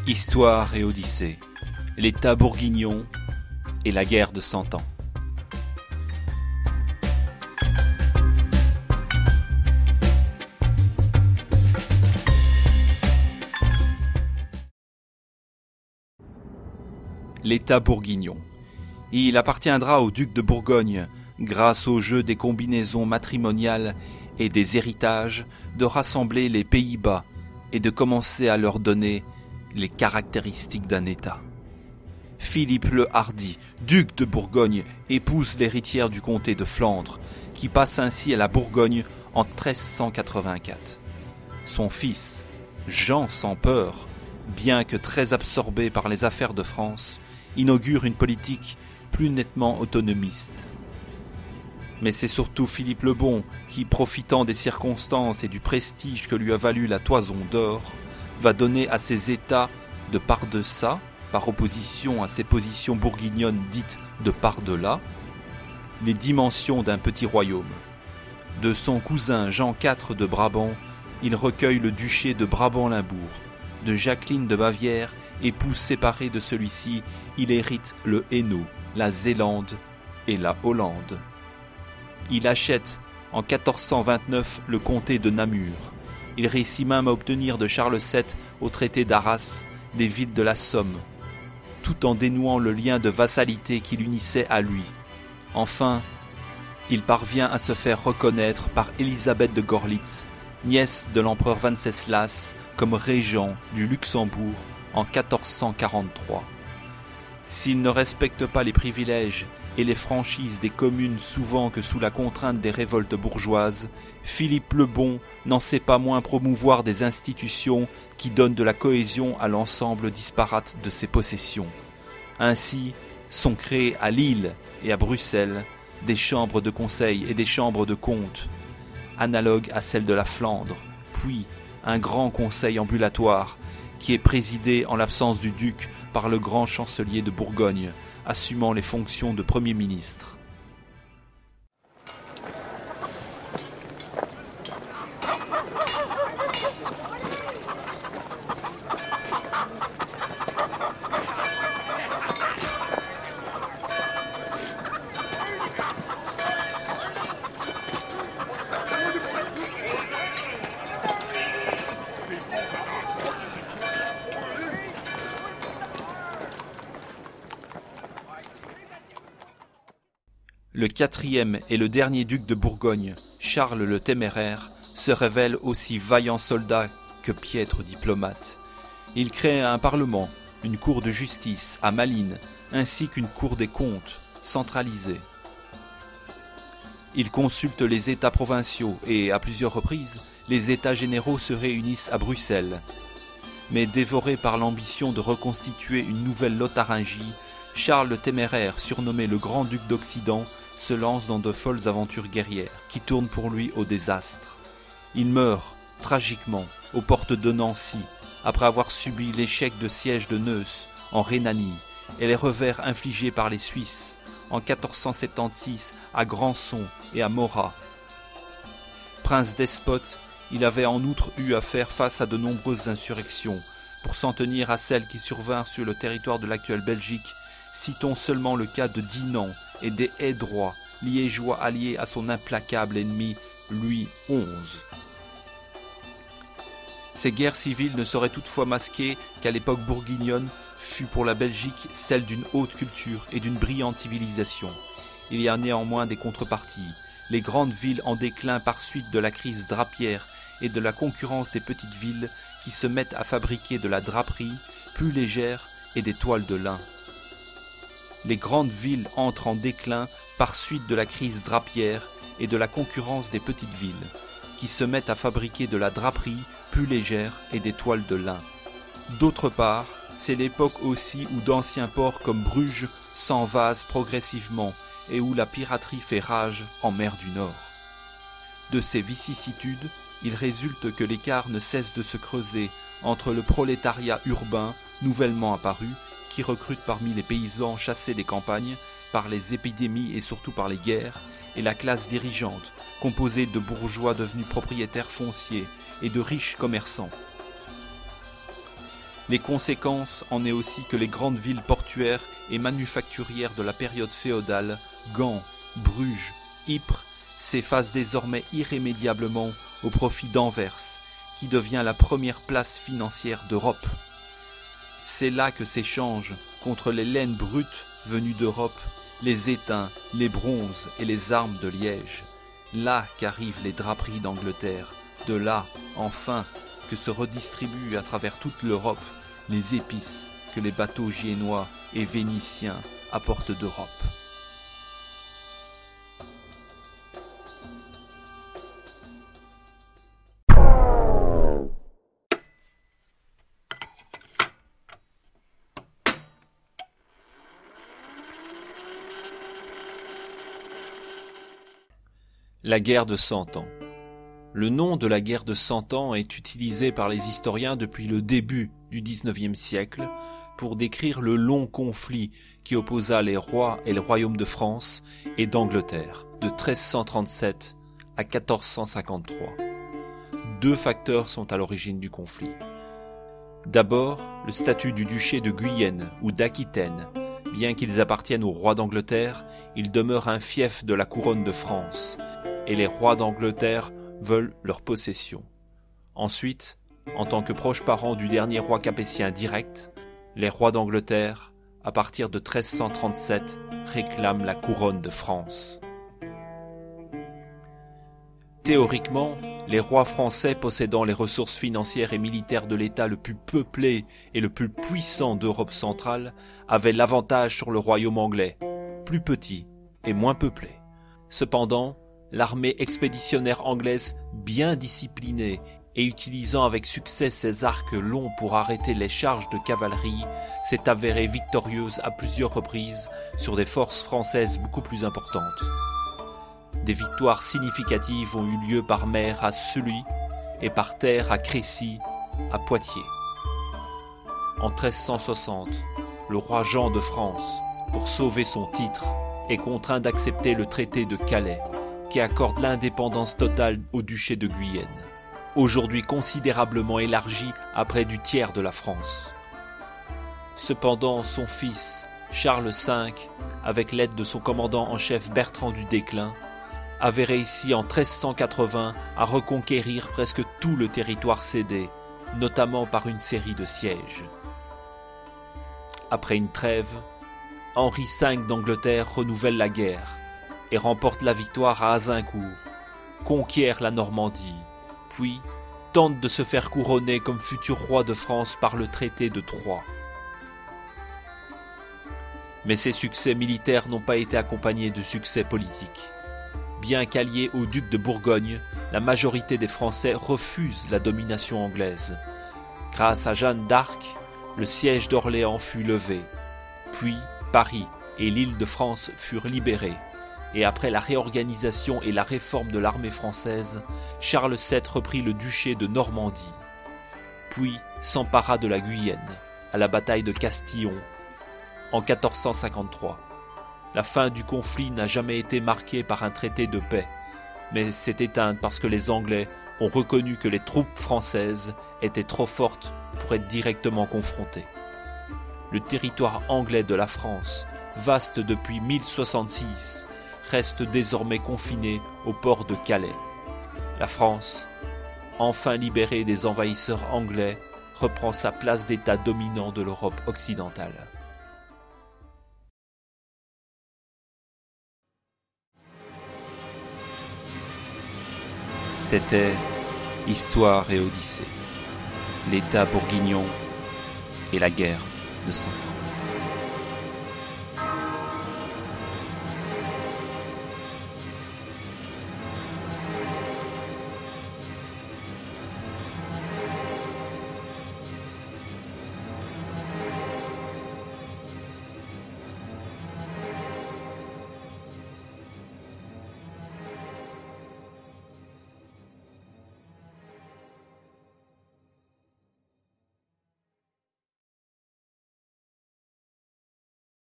Histoire et Odyssée, l'État bourguignon et la guerre de 100 ans. L'État bourguignon. Il appartiendra au duc de Bourgogne, grâce au jeu des combinaisons matrimoniales et des héritages, de rassembler les Pays-Bas et de commencer à leur donner les caractéristiques d'un État. Philippe le Hardi, duc de Bourgogne, épouse l'héritière du comté de Flandre, qui passe ainsi à la Bourgogne en 1384. Son fils, Jean sans peur, bien que très absorbé par les affaires de France, inaugure une politique plus nettement autonomiste. Mais c'est surtout Philippe le Bon qui, profitant des circonstances et du prestige que lui a valu la Toison d'Or, va donner à ses États de par-deçà, par opposition à ses positions bourguignonnes dites de par-delà, les dimensions d'un petit royaume. De son cousin Jean IV de Brabant, il recueille le duché de Brabant-Limbourg. De Jacqueline de Bavière, épouse séparée de celui-ci, il hérite le Hainaut, la Zélande et la Hollande. Il achète en 1429 le comté de Namur. Il réussit même à obtenir de Charles VII au traité d'Arras des villes de la Somme, tout en dénouant le lien de vassalité qui l'unissait à lui. Enfin, il parvient à se faire reconnaître par Élisabeth de Gorlitz, nièce de l'empereur Venceslas, comme régent du Luxembourg en 1443. S'il ne respecte pas les privilèges et les franchises des communes souvent que sous la contrainte des révoltes bourgeoises, Philippe le Bon n'en sait pas moins promouvoir des institutions qui donnent de la cohésion à l'ensemble disparate de ses possessions. Ainsi sont créées à Lille et à Bruxelles des chambres de conseil et des chambres de comptes, analogues à celles de la Flandre, puis un grand conseil ambulatoire qui est présidé en l'absence du duc par le grand chancelier de Bourgogne, assumant les fonctions de Premier ministre. Le quatrième et le dernier duc de Bourgogne, Charles le Téméraire, se révèle aussi vaillant soldat que piètre diplomate. Il crée un parlement, une cour de justice à Malines, ainsi qu'une cour des comptes centralisée. Il consulte les États provinciaux et, à plusieurs reprises, les États généraux se réunissent à Bruxelles. Mais dévoré par l'ambition de reconstituer une nouvelle Lotharingie, Charles le Téméraire, surnommé le Grand-Duc d'Occident, se lance dans de folles aventures guerrières qui tournent pour lui au désastre. Il meurt, tragiquement, aux portes de Nancy, après avoir subi l'échec de siège de Neuss, en Rhénanie, et les revers infligés par les Suisses, en 1476 à Grandson et à Morat. Prince despote, il avait en outre eu à faire face à de nombreuses insurrections. Pour s'en tenir à celles qui survinrent sur le territoire de l'actuelle Belgique, citons seulement le cas de Dinan et des Hédrois, liégeois alliés à son implacable ennemi Louis XI. Ces guerres civiles ne seraient toutefois masquées qu'à l'époque bourguignonne fut pour la Belgique celle d'une haute culture et d'une brillante civilisation. Il y a néanmoins des contreparties. Les grandes villes en déclin par suite de la crise drapière et de la concurrence des petites villes qui se mettent à fabriquer de la draperie plus légère et des toiles de lin. Les grandes villes entrent en déclin par suite de la crise drapière et de la concurrence des petites villes, qui se mettent à fabriquer de la draperie plus légère et des toiles de lin. D'autre part, c'est l'époque aussi où d'anciens ports comme Bruges s'envasent progressivement et où la piraterie fait rage en mer du Nord. De ces vicissitudes, il résulte que l'écart ne cesse de se creuser entre le prolétariat urbain nouvellement apparu, qui recrute parmi les paysans chassés des campagnes par les épidémies et surtout par les guerres, et la classe dirigeante, composée de bourgeois devenus propriétaires fonciers et de riches commerçants. Les conséquences en est aussi que les grandes villes portuaires et manufacturières de la période féodale, Gand, Bruges, Ypres, s'effacent désormais irrémédiablement au profit d'Anvers, qui devient la première place financière d'Europe. C'est là que s'échangent, contre les laines brutes venues d'Europe, les étains, les bronzes et les armes de Liège. Là qu'arrivent les draperies d'Angleterre, de là, enfin, que se redistribuent à travers toute l'Europe les épices que les bateaux génois et vénitiens apportent d'Europe. La guerre de 100 ans. Le nom de la guerre de 100 ans est utilisé par les historiens depuis le début du XIXe siècle pour décrire le long conflit qui opposa les rois et le royaume de France et d'Angleterre de 1337 à 1453. Deux facteurs sont à l'origine du conflit. D'abord, le statut du duché de Guyenne ou d'Aquitaine. Bien qu'ils appartiennent au roi d'Angleterre, ils demeurent un fief de la couronne de France, et les rois d'Angleterre veulent leur possession. Ensuite, en tant que proches parents du dernier roi capétien direct, les rois d'Angleterre, à partir de 1337, réclament la couronne de France. Théoriquement, les rois français possédant les ressources financières et militaires de l'État le plus peuplé et le plus puissant d'Europe centrale avaient l'avantage sur le royaume anglais, plus petit et moins peuplé. Cependant, l'armée expéditionnaire anglaise, bien disciplinée et utilisant avec succès ses arcs longs pour arrêter les charges de cavalerie, s'est avérée victorieuse à plusieurs reprises sur des forces françaises beaucoup plus importantes. Des victoires significatives ont eu lieu par mer à Sully et par terre à Crécy, à Poitiers. En 1360, le roi Jean de France, pour sauver son titre, est contraint d'accepter le traité de Calais, qui accorde l'indépendance totale au duché de Guyenne, aujourd'hui considérablement élargi à près du tiers de la France. Cependant, son fils, Charles V, avec l'aide de son commandant en chef Bertrand du Déclin, avait réussi en 1380 à reconquérir presque tout le territoire cédé, notamment par une série de sièges. Après une trêve, Henri V d'Angleterre renouvelle la guerre et remporte la victoire à Azincourt, conquiert la Normandie, puis tente de se faire couronner comme futur roi de France par le traité de Troyes. Mais ces succès militaires n'ont pas été accompagnés de succès politiques. Bien qu'alliés au duc de Bourgogne, la majorité des Français refusent la domination anglaise. Grâce à Jeanne d'Arc, le siège d'Orléans fut levé. Puis Paris et l'Île-de-France furent libérés. Et après la réorganisation et la réforme de l'armée française, Charles VII reprit le duché de Normandie. Puis s'empara de la Guyenne, à la bataille de Castillon, en 1453. La fin du conflit n'a jamais été marquée par un traité de paix, mais s'est éteinte parce que les Anglais ont reconnu que les troupes françaises étaient trop fortes pour être directement confrontées. Le territoire anglais de la France, vaste depuis 1066, reste désormais confiné au port de Calais. La France, enfin libérée des envahisseurs anglais, reprend sa place d'État dominant de l'Europe occidentale. C'était Histoire et Odyssée, l'État bourguignon et la guerre de 100 ans.